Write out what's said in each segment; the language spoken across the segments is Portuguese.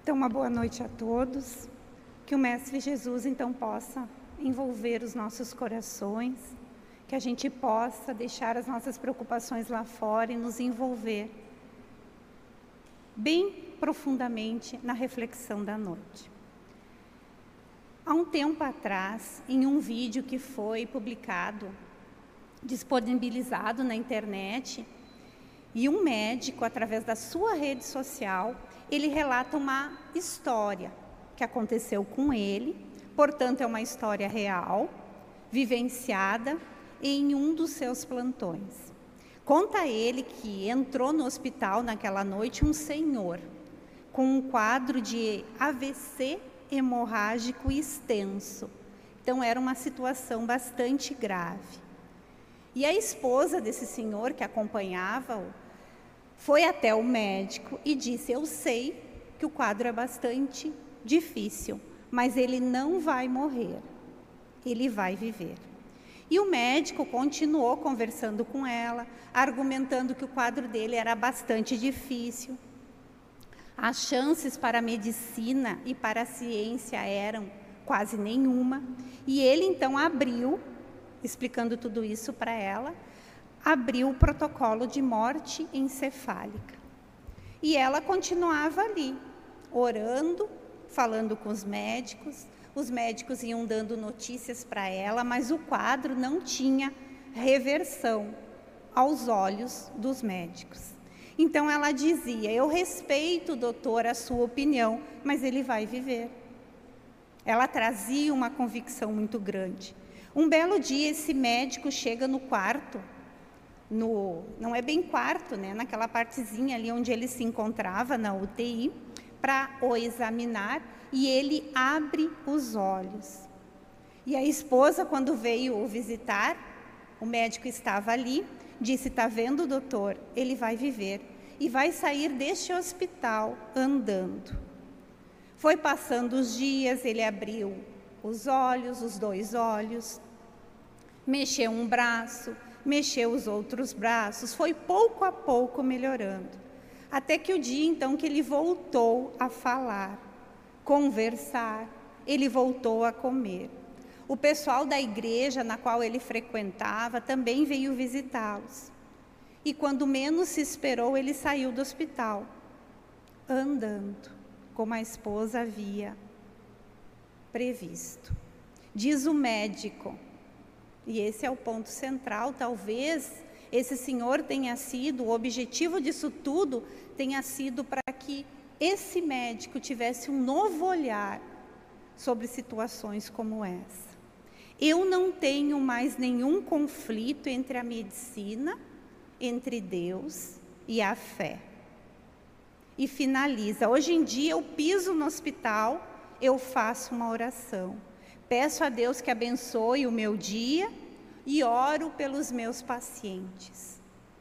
Então, uma boa noite a todos. Que o Mestre Jesus, então, possa envolver os nossos corações, que a gente possa deixar as nossas preocupações lá fora e nos envolver bem profundamente na reflexão da noite. Há um tempo atrás, em um vídeo que foi publicado, disponibilizado na internet, e um médico, através da sua rede social, ele relata uma história que aconteceu com ele, portanto é uma história real, vivenciada em um dos seus plantões. Conta ele que entrou no hospital naquela noite um senhor com um quadro de AVC hemorrágico extenso. Então era uma situação bastante grave. E a esposa desse senhor que acompanhava-o foi até o médico e disse: eu sei que o quadro é bastante difícil, mas ele não vai morrer, ele vai viver. E o médico continuou conversando com ela, argumentando que o quadro dele era bastante difícil. As chances para a medicina e para a ciência eram quase nenhuma. E ele então abriu, explicando tudo isso para ela, abriu o protocolo de morte encefálica. E ela continuava ali, orando, falando com os médicos iam dando notícias para ela, mas o quadro não tinha reversão aos olhos dos médicos. Então ela dizia: eu respeito, doutor, a sua opinião, mas ele vai viver. Ela trazia uma convicção muito grande. Um belo dia esse médico chega no quarto, não é bem quarto, né? Naquela partezinha ali onde ele se encontrava na UTI, para o examinar, e ele abre os olhos. E a esposa, quando veio o visitar, o médico estava ali, disse: está vendo, doutor? Ele vai viver e vai sair deste hospital andando. Foi passando os dias, ele abriu os olhos, os dois olhos, mexeu um braço, mexeu os outros braços, foi pouco a pouco melhorando. Até que o dia, então, que ele voltou a falar, conversar, ele voltou a comer. O pessoal da igreja na qual ele frequentava também veio visitá-los. E quando menos se esperou, ele saiu do hospital, andando, como a esposa havia previsto. Diz o médico, e esse é o ponto central, talvez esse senhor tenha sido, o objetivo disso tudo tenha sido para que esse médico tivesse um novo olhar sobre situações como essa. Eu não tenho mais nenhum conflito entre a medicina, entre Deus e a fé. E finaliza: hoje em dia eu piso no hospital, eu faço uma oração. Peço a Deus que abençoe o meu dia e oro pelos meus pacientes.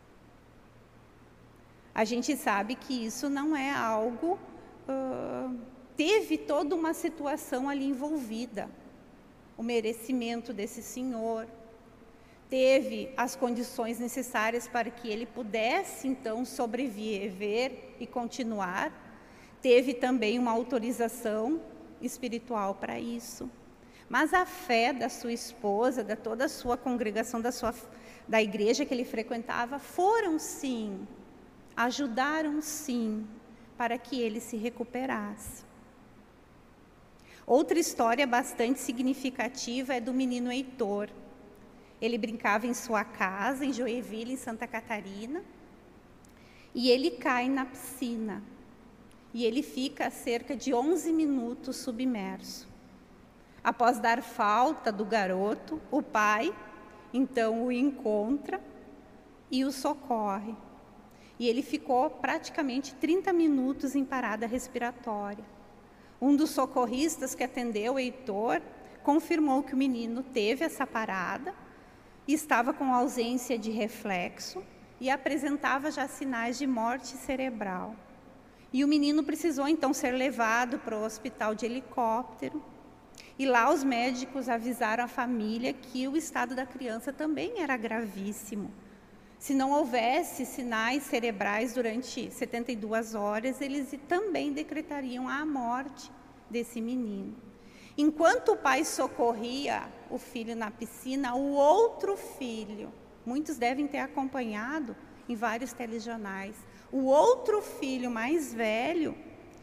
A gente sabe que isso não é algo... teve toda uma situação ali envolvida. O merecimento desse senhor. Teve as condições necessárias para que ele pudesse, então, sobreviver e continuar. Teve também uma autorização espiritual para isso. Mas a fé da sua esposa, de toda a sua congregação, da igreja que ele frequentava, foram sim, ajudaram sim, para que ele se recuperasse. Outra história bastante significativa é do menino Heitor. Ele brincava em sua casa, em Joinville, em Santa Catarina, e ele cai na piscina. E ele fica cerca de 11 minutos submerso. Após dar falta do garoto, o pai, então, o encontra e o socorre. E ele ficou praticamente 30 minutos em parada respiratória. Um dos socorristas que atendeu o Heitor confirmou que o menino teve essa parada, estava com ausência de reflexo e apresentava já sinais de morte cerebral. E o menino precisou, então, ser levado para o hospital de helicóptero. E lá os médicos avisaram a família que o estado da criança também era gravíssimo. Se não houvesse sinais cerebrais durante 72 horas, eles também decretariam a morte desse menino. Enquanto o pai socorria o filho na piscina, o outro filho, muitos devem ter acompanhado em vários telejornais, o outro filho mais velho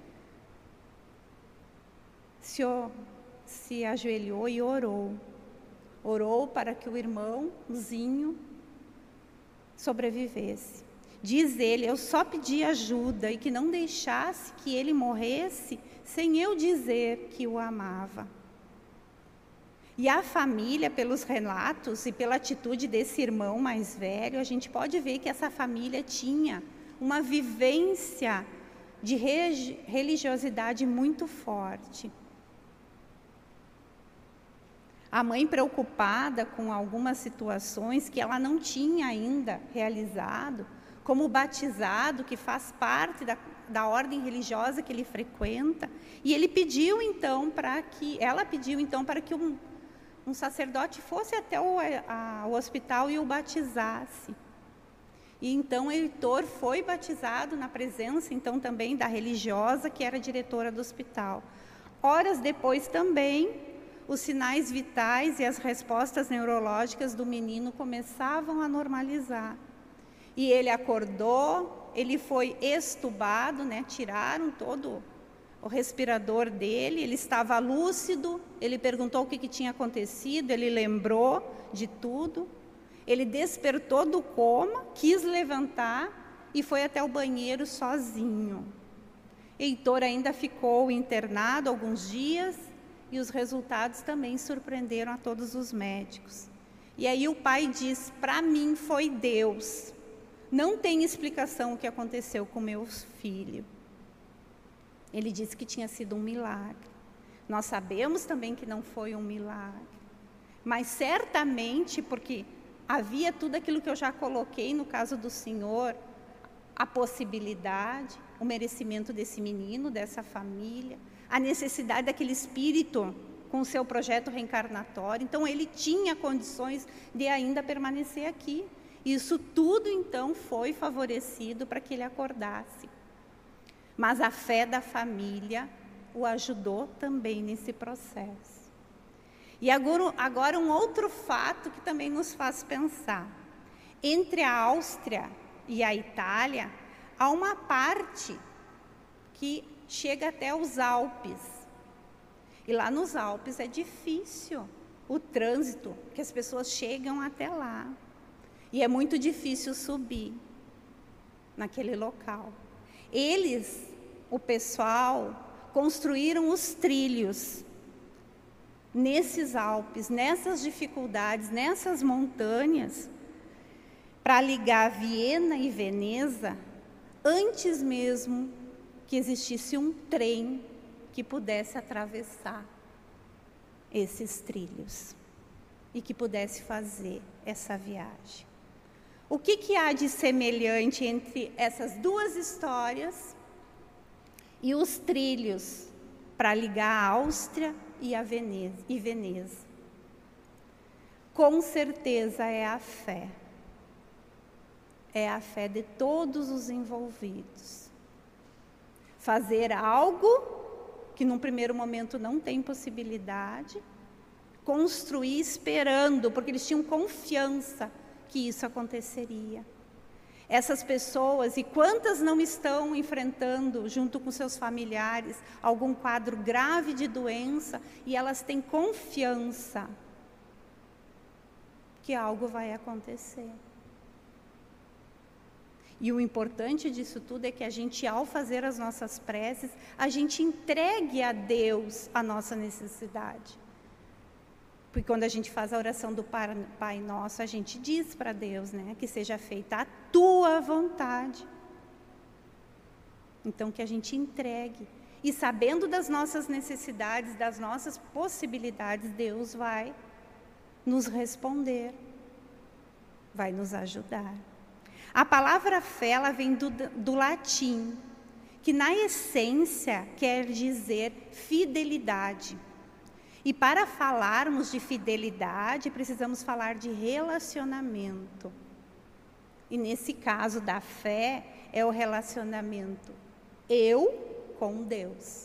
se ajoelhou e orou. Orou para que o irmãozinho sobrevivesse. Diz ele, eu só pedi ajuda e que não deixasse que ele morresse sem eu dizer que o amava. E a família, pelos relatos e pela atitude desse irmão mais velho, a gente pode ver que essa família tinha uma vivência de religiosidade muito forte. A mãe preocupada com algumas situações que ela não tinha ainda realizado, como o batizado, que faz parte da ordem religiosa que ele frequenta, e ela pediu então para que um sacerdote fosse até o hospital e o batizasse. E então Heitor foi batizado na presença então também da religiosa que era diretora do hospital. Horas depois também, os sinais vitais e as respostas neurológicas do menino começavam a normalizar. E ele acordou, ele foi extubado, tiraram todo o respirador dele, ele estava lúcido, ele perguntou o que tinha acontecido, ele lembrou de tudo, ele despertou do coma, quis levantar e foi até o banheiro sozinho. Heitor ainda ficou internado alguns dias e os resultados também surpreenderam a todos os médicos. E aí o pai diz, para mim foi Deus, não tem explicação o que aconteceu com meu filho. Ele disse que tinha sido um milagre. Nós sabemos também que não foi um milagre, mas certamente, porque havia tudo aquilo que eu já coloquei no caso do Senhor, a possibilidade, o merecimento desse menino, dessa família, a necessidade daquele espírito com o seu projeto reencarnatório. Então, ele tinha condições de ainda permanecer aqui. Isso tudo, então, foi favorecido para que ele acordasse. Mas a fé da família o ajudou também nesse processo. E agora um outro fato que também nos faz pensar. Entre a Áustria e a Itália, há uma parte que chega até os Alpes. E lá nos Alpes é difícil o trânsito, porque as pessoas chegam até lá. E é muito difícil subir naquele local. O pessoal, construíram os trilhos nesses Alpes, nessas dificuldades, nessas montanhas, para ligar Viena e Veneza, antes mesmo que existisse um trem que pudesse atravessar esses trilhos e que pudesse fazer essa viagem. O que há de semelhante entre essas duas histórias e os trilhos para ligar a Áustria e Veneza? Com certeza é a fé. É a fé de todos os envolvidos. Fazer algo que num primeiro momento não tem possibilidade, construir esperando, porque eles tinham confiança que isso aconteceria. Essas pessoas, e quantas não estão enfrentando, junto com seus familiares, algum quadro grave de doença, e elas têm confiança que algo vai acontecer. E o importante disso tudo é que a gente, ao fazer as nossas preces, a gente entregue a Deus a nossa necessidade. Porque quando a gente faz a oração do Pai Nosso, a gente diz para Deus, que seja feita a tua vontade. Então, que a gente entregue. E sabendo das nossas necessidades, das nossas possibilidades, Deus vai nos responder, vai nos ajudar. A palavra fé, ela vem do latim, que na essência quer dizer fidelidade. E para falarmos de fidelidade, precisamos falar de relacionamento. E nesse caso da fé, é o relacionamento eu com Deus.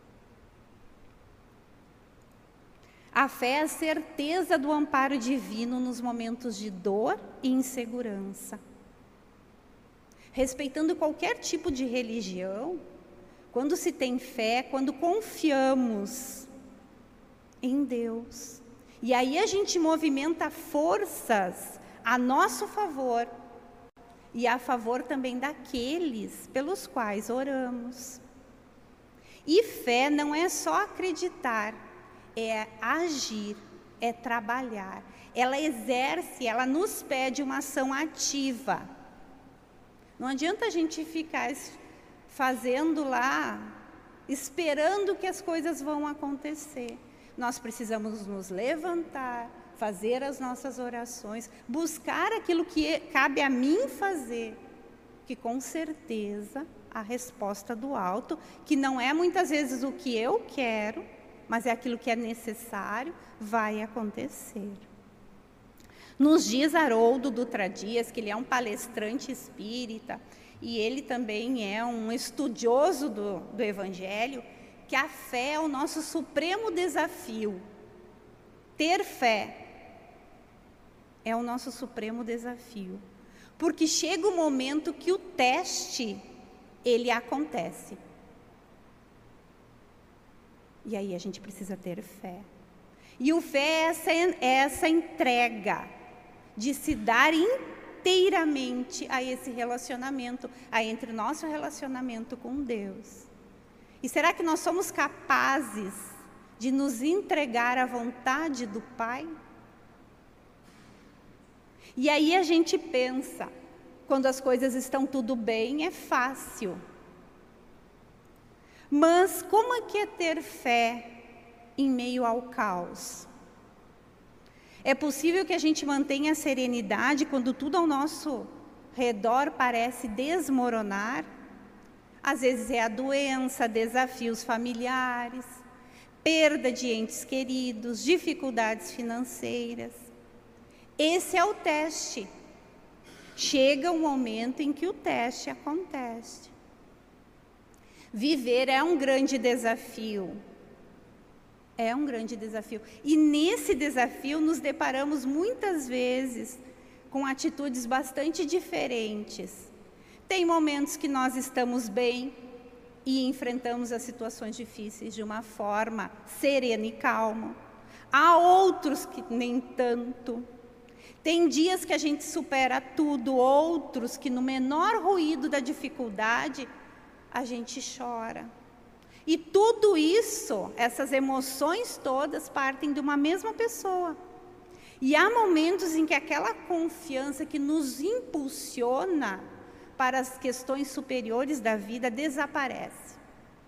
A fé é a certeza do amparo divino nos momentos de dor e insegurança. Respeitando qualquer tipo de religião, quando se tem fé, quando confiamos em Deus. E aí a gente movimenta forças a nosso favor e a favor também daqueles pelos quais oramos. E fé não é só acreditar, é agir, é trabalhar. Ela exerce, ela nos pede uma ação ativa. Não adianta a gente ficar fazendo lá, esperando que as coisas vão acontecer. Nós precisamos nos levantar, fazer as nossas orações, buscar aquilo que cabe a mim fazer, que com certeza a resposta do alto, que não é muitas vezes o que eu quero, mas é aquilo que é necessário, vai acontecer. Nos diz Haroldo Dutra Dias, que ele é um palestrante espírita, e ele também é um estudioso do Evangelho, que a fé é o nosso supremo desafio. Ter fé é o nosso supremo desafio. Porque chega o momento que o teste, ele acontece. E aí a gente precisa ter fé. E o fé é essa entrega de se dar inteiramente a esse relacionamento, entre o nosso relacionamento com Deus. E será que nós somos capazes de nos entregar à vontade do Pai? E aí a gente pensa, quando as coisas estão tudo bem, é fácil. Mas como é que é ter fé em meio ao caos? É possível que a gente mantenha a serenidade quando tudo ao nosso redor parece desmoronar? Às vezes é a doença, desafios familiares, perda de entes queridos, dificuldades financeiras. Esse é o teste. Chega um momento em que o teste acontece. Viver é um grande desafio. É um grande desafio. E nesse desafio nos deparamos muitas vezes com atitudes bastante diferentes. Tem momentos que nós estamos bem e enfrentamos as situações difíceis de uma forma serena e calma. Há outros que nem tanto. Tem dias que a gente supera tudo, outros que no menor ruído da dificuldade, a gente chora. E tudo isso, essas emoções todas, partem de uma mesma pessoa. E há momentos em que aquela confiança que nos impulsiona para as questões superiores da vida desaparece.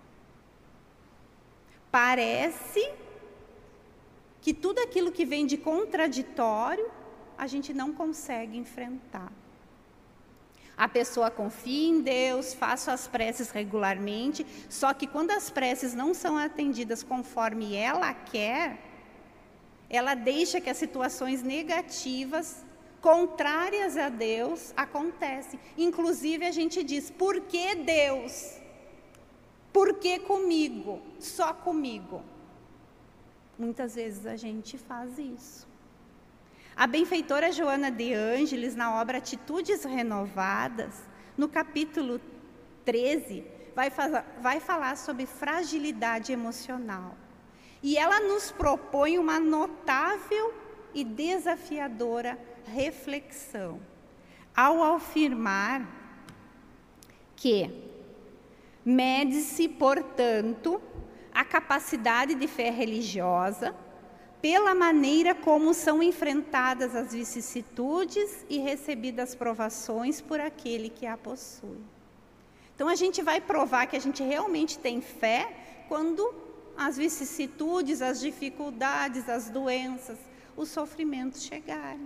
Parece que tudo aquilo que vem de contraditório, a gente não consegue enfrentar. A pessoa confia em Deus, faz suas preces regularmente, só que quando as preces não são atendidas conforme ela quer, ela deixa que as situações negativas, contrárias a Deus, acontecem. Inclusive a gente diz, por que Deus? Por que comigo? Só comigo? Muitas vezes a gente faz isso. A benfeitora Joana de Ângeles, na obra Atitudes Renovadas, no capítulo 13, vai falar sobre fragilidade emocional. E ela nos propõe uma notável e desafiadora reflexão, ao afirmar que mede-se, portanto, a capacidade de fé religiosa pela maneira como são enfrentadas as vicissitudes e recebidas provações por aquele que a possui. Então, a gente vai provar que a gente realmente tem fé quando as vicissitudes, as dificuldades, as doenças, os sofrimentos chegarem.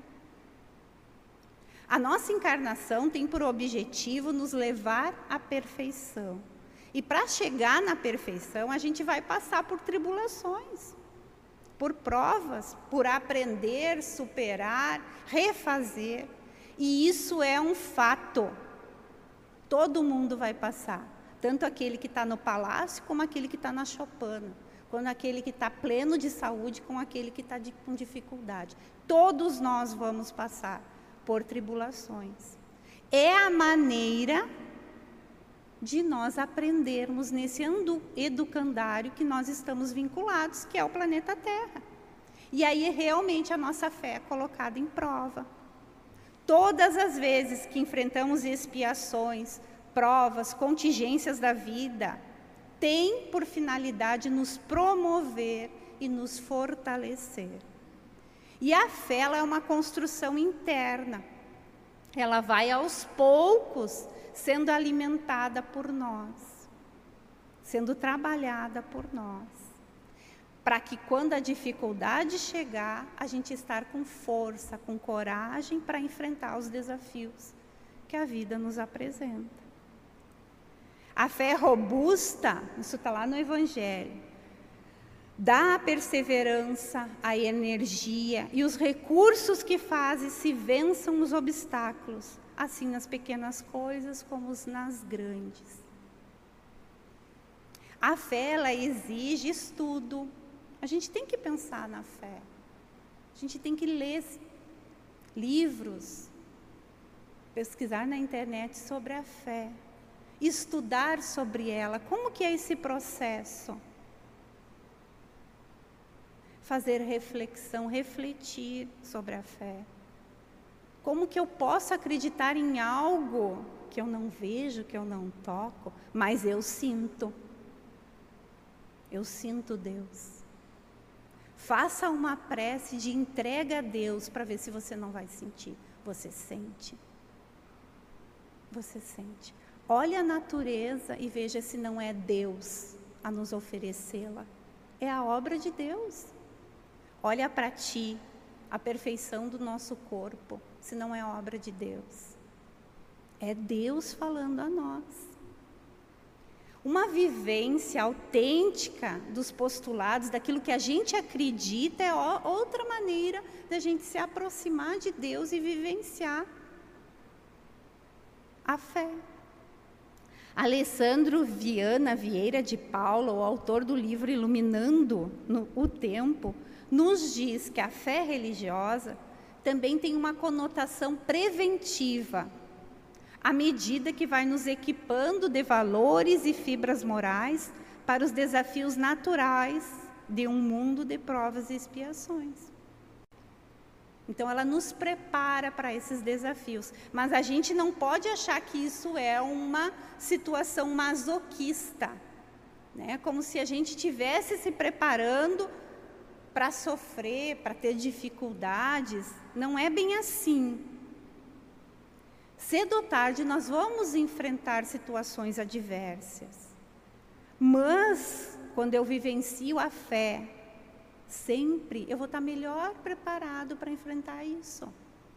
A nossa encarnação tem por objetivo nos levar à perfeição. E para chegar na perfeição, a gente vai passar por tribulações, por provas, por aprender, superar, refazer. E isso é um fato. Todo mundo vai passar. Tanto aquele que está no palácio, como aquele que está na choupana. Quando aquele que está pleno de saúde, como aquele que está com dificuldade. Todos nós vamos passar por tribulações. É a maneira de nós aprendermos nesse educandário que nós estamos vinculados, que é o planeta Terra. E aí realmente a nossa fé é colocada em prova. Todas as vezes que enfrentamos expiações, provas, contingências da vida, tem por finalidade nos promover e nos fortalecer. E a fé, ela é uma construção interna. Ela vai aos poucos sendo alimentada por nós, sendo trabalhada por nós, para que quando a dificuldade chegar, a gente estar com força, com coragem para enfrentar os desafios que a vida nos apresenta. A fé robusta, isso está lá no Evangelho, dá a perseverança, a energia e os recursos que fazem se vençam os obstáculos, assim nas pequenas coisas como nas grandes. A fé, ela exige estudo. A gente tem que pensar na fé. A gente tem que ler livros, pesquisar na internet sobre a fé, estudar sobre ela. Como que é esse processo? Fazer reflexão, refletir sobre a fé. Como que eu posso acreditar em algo que eu não vejo, que eu não toco, mas eu sinto? Eu sinto Deus. Faça uma prece de entrega a Deus para ver se você não vai sentir. Você sente. Você sente. Olhe a natureza e veja se não é Deus a nos oferecê-la. É a obra de Deus. Olha para ti, a perfeição do nosso corpo, se não é obra de Deus. É Deus falando a nós. Uma vivência autêntica dos postulados, daquilo que a gente acredita, é outra maneira da gente se aproximar de Deus e vivenciar a fé. Alessandro Viana Vieira de Paula, o autor do livro Iluminando o Tempo, nos diz que a fé religiosa também tem uma conotação preventiva, à medida que vai nos equipando de valores e fibras morais para os desafios naturais de um mundo de provas e expiações. Então, ela nos prepara para esses desafios. Mas a gente não pode achar que isso é uma situação masoquista, né? Como se a gente estivesse se preparando para sofrer, para ter dificuldades. Não é bem assim. Cedo ou tarde nós vamos enfrentar situações adversas. Mas, quando eu vivencio a fé, sempre eu vou estar melhor preparado para enfrentar isso.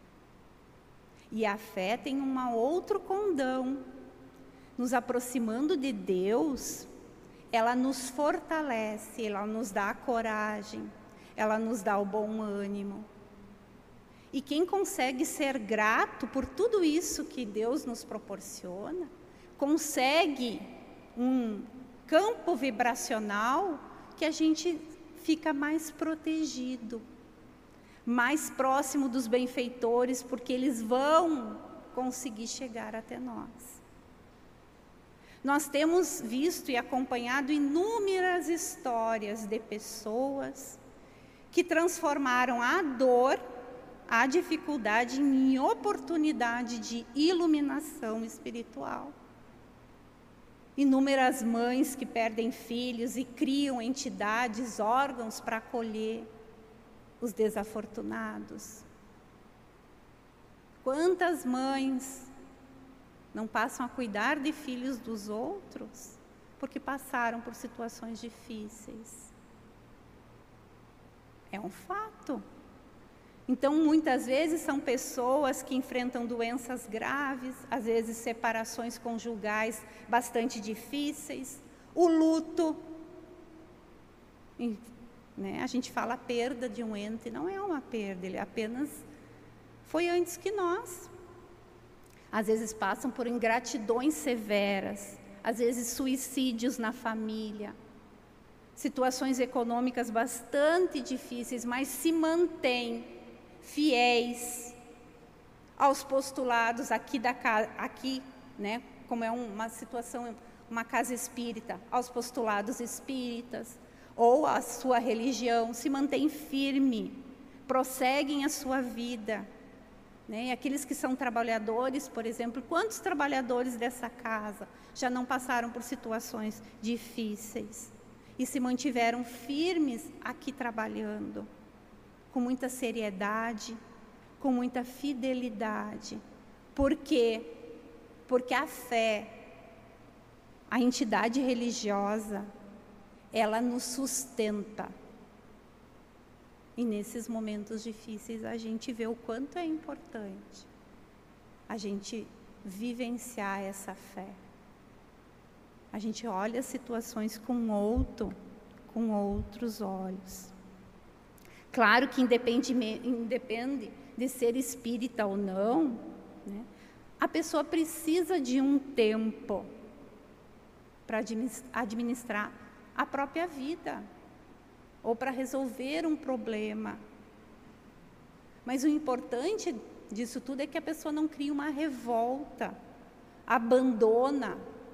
E a fé tem um outro condão. Nos aproximando de Deus, ela nos fortalece, ela nos dá a coragem, ela nos dá o bom ânimo. E quem consegue ser grato por tudo isso que Deus nos proporciona, consegue um campo vibracional que a gente fica mais protegido, mais próximo dos benfeitores, porque eles vão conseguir chegar até nós. Nós temos visto e acompanhado inúmeras histórias de pessoas que transformaram a dor, a dificuldade em oportunidade de iluminação espiritual. Inúmeras mães que perdem filhos e criam entidades, órgãos para acolher os desafortunados. Quantas mães não passam a cuidar de filhos dos outros porque passaram por situações difíceis? É um fato. Então, muitas vezes são pessoas que enfrentam doenças graves, às vezes separações conjugais bastante difíceis, o luto, né? A gente fala a perda de um ente, não é uma perda, ele apenas foi antes que nós. Às vezes passam por ingratidões severas, às vezes suicídios na família, situações econômicas bastante difíceis, mas se mantêm fiéis aos postulados aqui né, como é uma situação, uma casa espírita, aos postulados espíritas, ou a sua religião, se mantém firme, prosseguem a sua vida. Né? E aqueles que são trabalhadores, por exemplo, quantos trabalhadores dessa casa já não passaram por situações difíceis e se mantiveram firmes aqui trabalhando, com muita seriedade, com muita fidelidade. Por quê? Porque a fé, a entidade religiosa, ela nos sustenta. E nesses momentos difíceis a gente vê o quanto é importante a gente vivenciar essa fé. A gente olha as situações com outros olhos. Claro que independe de ser espírita ou não, né, a pessoa precisa de um tempo para administrar a própria vida, ou para resolver um problema. Mas o importante disso tudo é que a pessoa não crie uma revolta, abandona,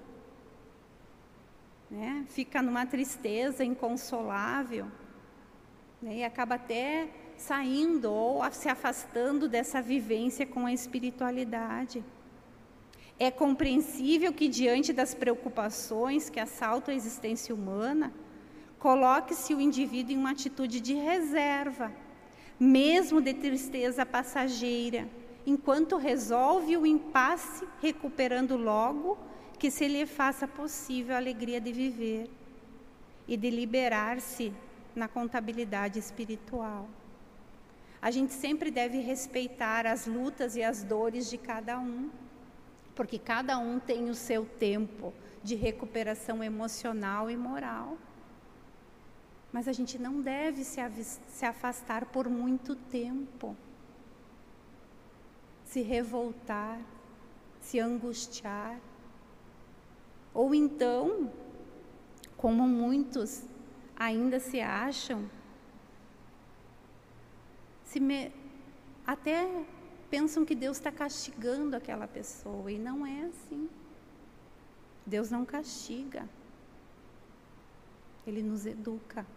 né? Fica numa tristeza inconsolável, né? E acaba até saindo ou se afastando dessa vivência com a espiritualidade. É compreensível que, diante das preocupações que assaltam a existência humana, coloque-se o indivíduo em uma atitude de reserva, mesmo de tristeza passageira, enquanto resolve o impasse, recuperando logo que se lhe faça possível a alegria de viver e de liberar-se na contabilidade espiritual. A gente sempre deve respeitar as lutas e as dores de cada um, porque cada um tem o seu tempo de recuperação emocional e moral. Mas a gente não deve se afastar por muito tempo, se revoltar, se angustiar. Ou então, como muitos ainda se acham, até pensam que Deus está castigando aquela pessoa, e não é assim. Deus não castiga, Ele nos educa.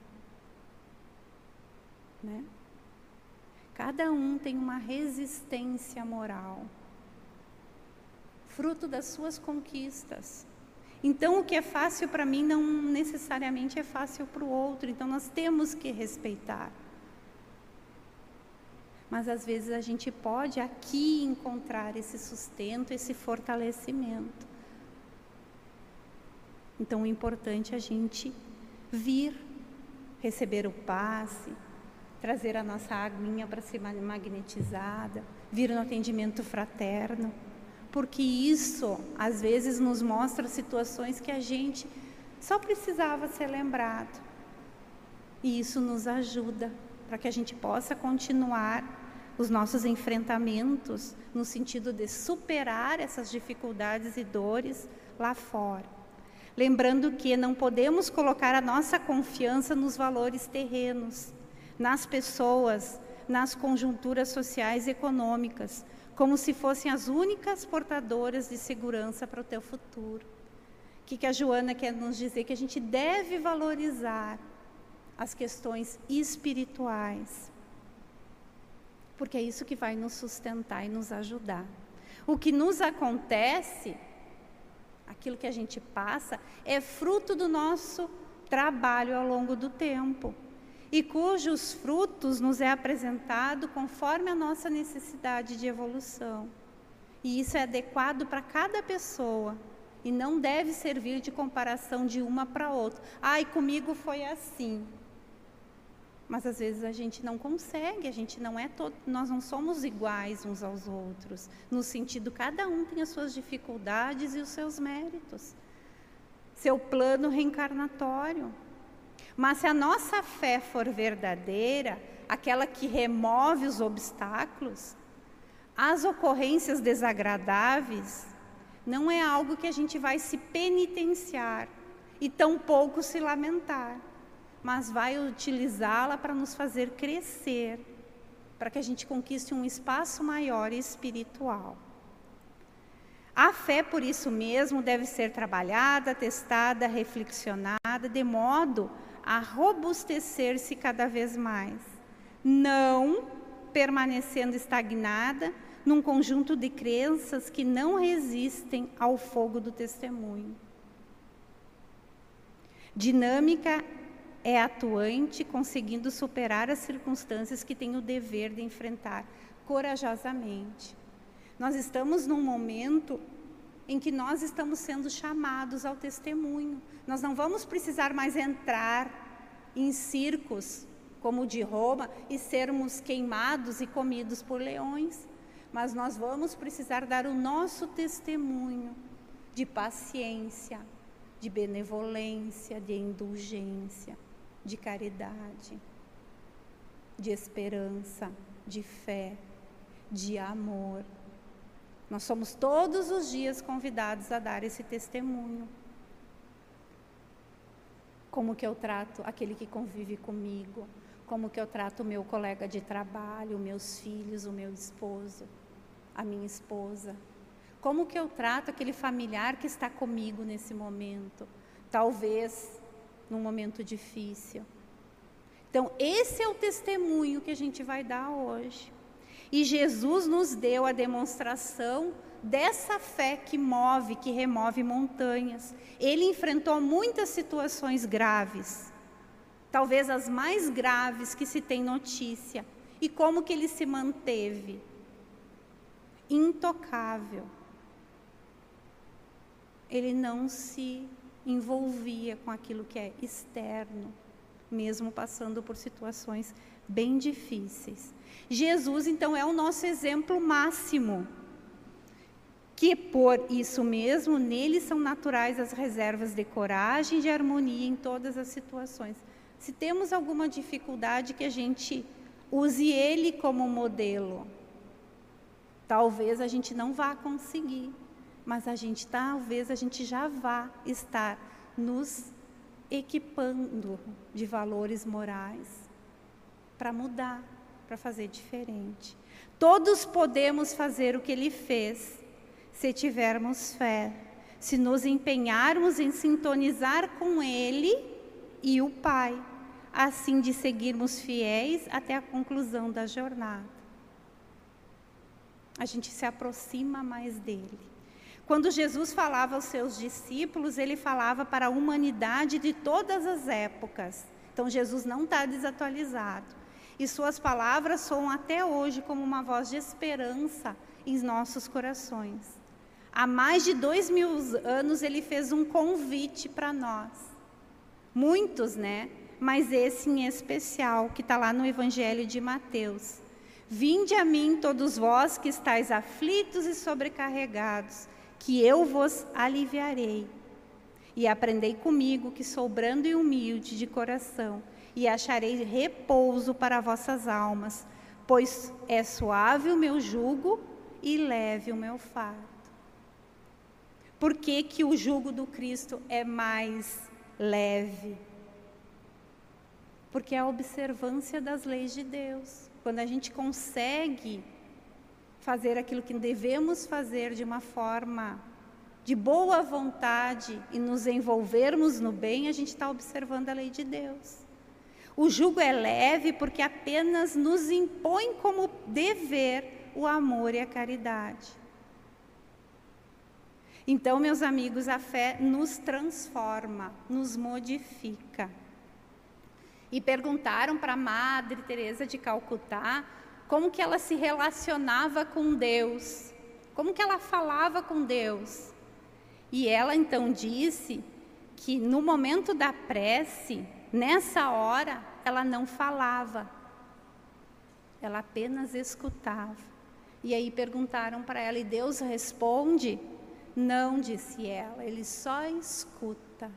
Né? Cada um tem uma resistência moral, fruto das suas conquistas. Então, o que é fácil para mim não necessariamente é fácil para o outro. Então, nós temos que respeitar. Mas, às vezes, a gente pode aqui encontrar esse sustento, esse fortalecimento. Então, o importante é a gente vir, receber o passe, trazer a nossa aguinha para ser magnetizada, vir no atendimento fraterno, porque isso, às vezes, nos mostra situações que a gente só precisava ser lembrado. E isso nos ajuda para que a gente possa continuar os nossos enfrentamentos no sentido de superar essas dificuldades e dores lá fora. Lembrando que não podemos colocar a nossa confiança nos valores terrenos, nas pessoas, nas conjunturas sociais e econômicas, como se fossem as únicas portadoras de segurança para o teu futuro. O que a Joana quer nos dizer? Que a gente deve valorizar as questões espirituais, porque é isso que vai nos sustentar e nos ajudar. O que nos acontece, aquilo que a gente passa, é fruto do nosso trabalho ao longo do tempo, e cujos frutos nos é apresentado conforme a nossa necessidade de evolução. E isso é adequado para cada pessoa, e não deve servir de comparação de uma para outra. Ai, comigo foi assim. Mas às vezes a gente não consegue, nós não somos iguais uns aos outros, no sentido, cada um tem as suas dificuldades e os seus méritos, seu plano reencarnatório. Mas se a nossa fé for verdadeira, aquela que remove os obstáculos, As ocorrências desagradáveis não é algo que a gente vai se penitenciar e tampouco se lamentar, mas vai utilizá-la para nos fazer crescer, para que a gente conquiste um espaço maior espiritual. A fé, por isso mesmo, deve ser trabalhada, testada, reflexionada, de modo a robustecer-se cada vez mais, não permanecendo estagnada num conjunto de crenças que não resistem ao fogo do testemunho. Dinâmica é atuante, conseguindo superar as circunstâncias que tem o dever de enfrentar corajosamente. Nós estamos num momento em que nós estamos sendo chamados ao testemunho. Nós não vamos precisar mais entrar em circos como o de Roma e sermos queimados e comidos por leões, mas nós vamos precisar dar o nosso testemunho de paciência, de benevolência, de indulgência, de caridade, de esperança, de fé, de amor. Nós somos todos os dias convidados a dar esse testemunho. Como que eu trato aquele que convive comigo, como que eu trato o meu colega de trabalho, meus filhos, o meu esposo, a minha esposa. Como que eu trato aquele familiar que está comigo nesse momento, talvez num momento difícil. Então, esse é o testemunho que a gente vai dar hoje. E Jesus nos deu a demonstração dessa fé que move, que remove montanhas. Ele enfrentou muitas situações graves, talvez as mais graves que se tem notícia. E como que ele se manteve? Intocável. Ele não se envolvia com aquilo que é externo, mesmo passando por situações bem difíceis. Jesus, então, é o nosso exemplo máximo, que por isso mesmo, nele são naturais as reservas de coragem e de harmonia em todas as situações. Se temos alguma dificuldade, que a gente use ele como modelo. Talvez a gente não vá conseguir, mas talvez a gente já vá estar nos equipando de valores morais para mudar, para fazer diferente. Todos podemos fazer o que ele fez, se tivermos fé, se nos empenharmos em sintonizar com ele e o Pai, assim de seguirmos fiéis até a conclusão da jornada. A gente se aproxima mais dele. Quando Jesus falava aos seus discípulos, ele falava para a humanidade de todas as épocas. Então, Jesus não está desatualizado. E suas palavras soam até hoje como uma voz de esperança em nossos corações. Há mais de 2000 anos, ele fez um convite para nós. Muitos, né? Mas esse em especial, que está lá no Evangelho de Mateus. Vinde a mim, todos vós que estáis aflitos e sobrecarregados, que eu vos aliviarei. E aprendei comigo, que sou brando e humilde de coração, e acharei repouso para vossas almas, pois é suave o meu jugo e leve o meu fardo. Por que que o jugo do Cristo é mais leve? Porque é a observância das leis de Deus. Quando a gente consegue fazer aquilo que devemos fazer de uma forma de boa vontade e nos envolvermos no bem, a gente está observando a lei de Deus. O jugo é leve porque apenas nos impõe como dever o amor e a caridade. Então, meus amigos, a fé nos transforma, nos modifica. E perguntaram para a Madre Teresa de Calcutá como que ela se relacionava com Deus, como que ela falava com Deus. E ela então disse que no momento da prece, nessa hora, ela não falava, ela apenas escutava. E aí perguntaram para ela, e Deus responde? Não, disse ela, ele só escuta.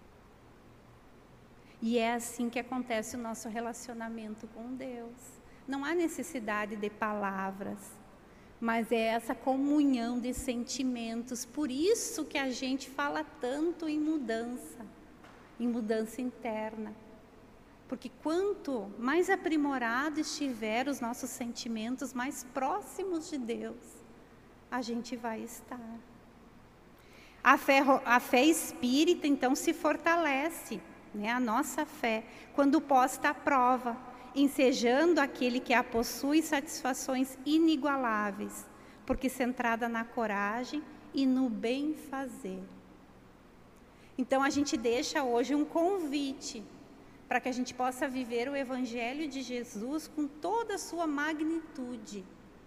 E é assim que acontece o nosso relacionamento com Deus. não há necessidade de palavras, mas é essa comunhão de sentimentos. Por isso que a gente fala tanto em mudança interna. Porque quanto mais aprimorado estiver os nossos sentimentos, mais próximos de Deus a gente vai estar. A fé espírita, então, se fortalece, né? A nossa fé, quando posta à prova, ensejando aquele que a possui satisfações inigualáveis, porque centrada na coragem e no bem fazer. Então, a gente deixa hoje um convite para que a gente possa viver o Evangelho de Jesus com toda a sua magnitude.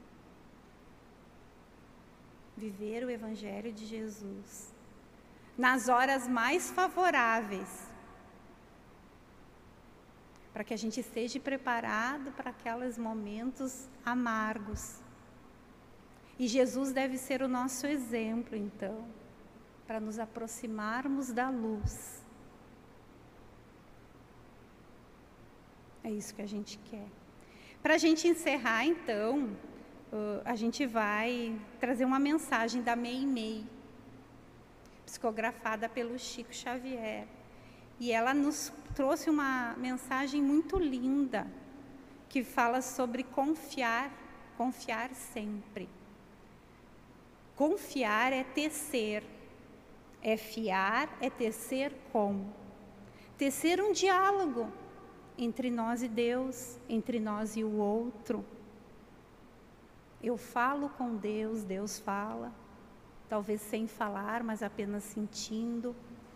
Viver o Evangelho de Jesus nas horas mais favoráveis, para que a gente esteja preparado para aqueles momentos amargos. E Jesus deve ser o nosso exemplo, então, para nos aproximarmos da luz. É isso que a gente quer. Para a gente encerrar, então, a gente vai trazer uma mensagem da Meimei, psicografada pelo Chico Xavier. E ela nos trouxe uma mensagem muito linda, que fala sobre confiar sempre. Confiar é tecer, é fiar, é tecer com. Tecer um diálogo entre nós e Deus, entre nós e o outro. Eu falo com Deus, Deus fala, talvez sem falar, mas apenas sentindo.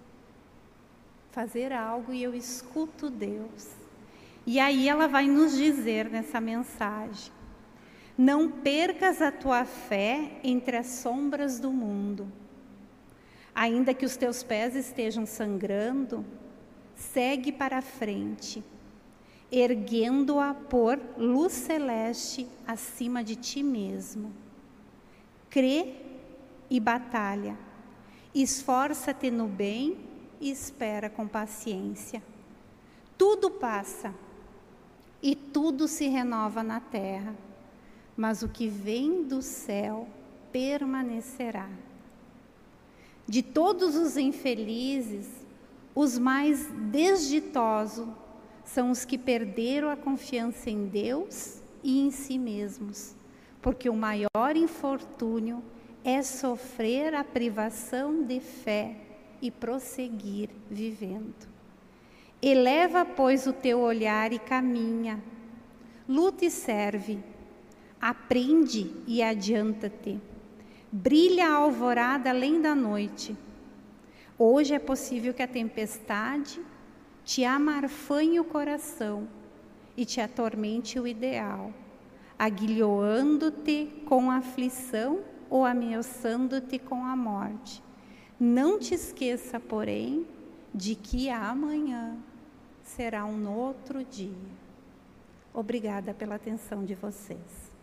Fazer algo e eu escuto Deus. E aí ela vai nos dizer nessa mensagem: não percas a tua fé entre as sombras do mundo. Ainda que os teus pés estejam sangrando, segue para a frente, erguendo-a por luz celeste acima de ti mesmo. Crê e batalha, esforça-te no bem e espera com paciência. Tudo passa e tudo se renova na terra, mas o que vem do céu permanecerá. De todos os infelizes, os mais desditosos são os que perderam a confiança em Deus e em si mesmos, porque o maior infortúnio é sofrer a privação de fé e prosseguir vivendo. Eleva, pois, o teu olhar e caminha, luta e serve, aprende e adianta-te, brilha a alvorada além da noite. Hoje é possível que a tempestade te amarfanhe o coração e te atormente o ideal, aguilhoando-te com a aflição ou ameaçando-te com a morte. Não te esqueça, porém, de que amanhã será um outro dia. Obrigada pela atenção de vocês.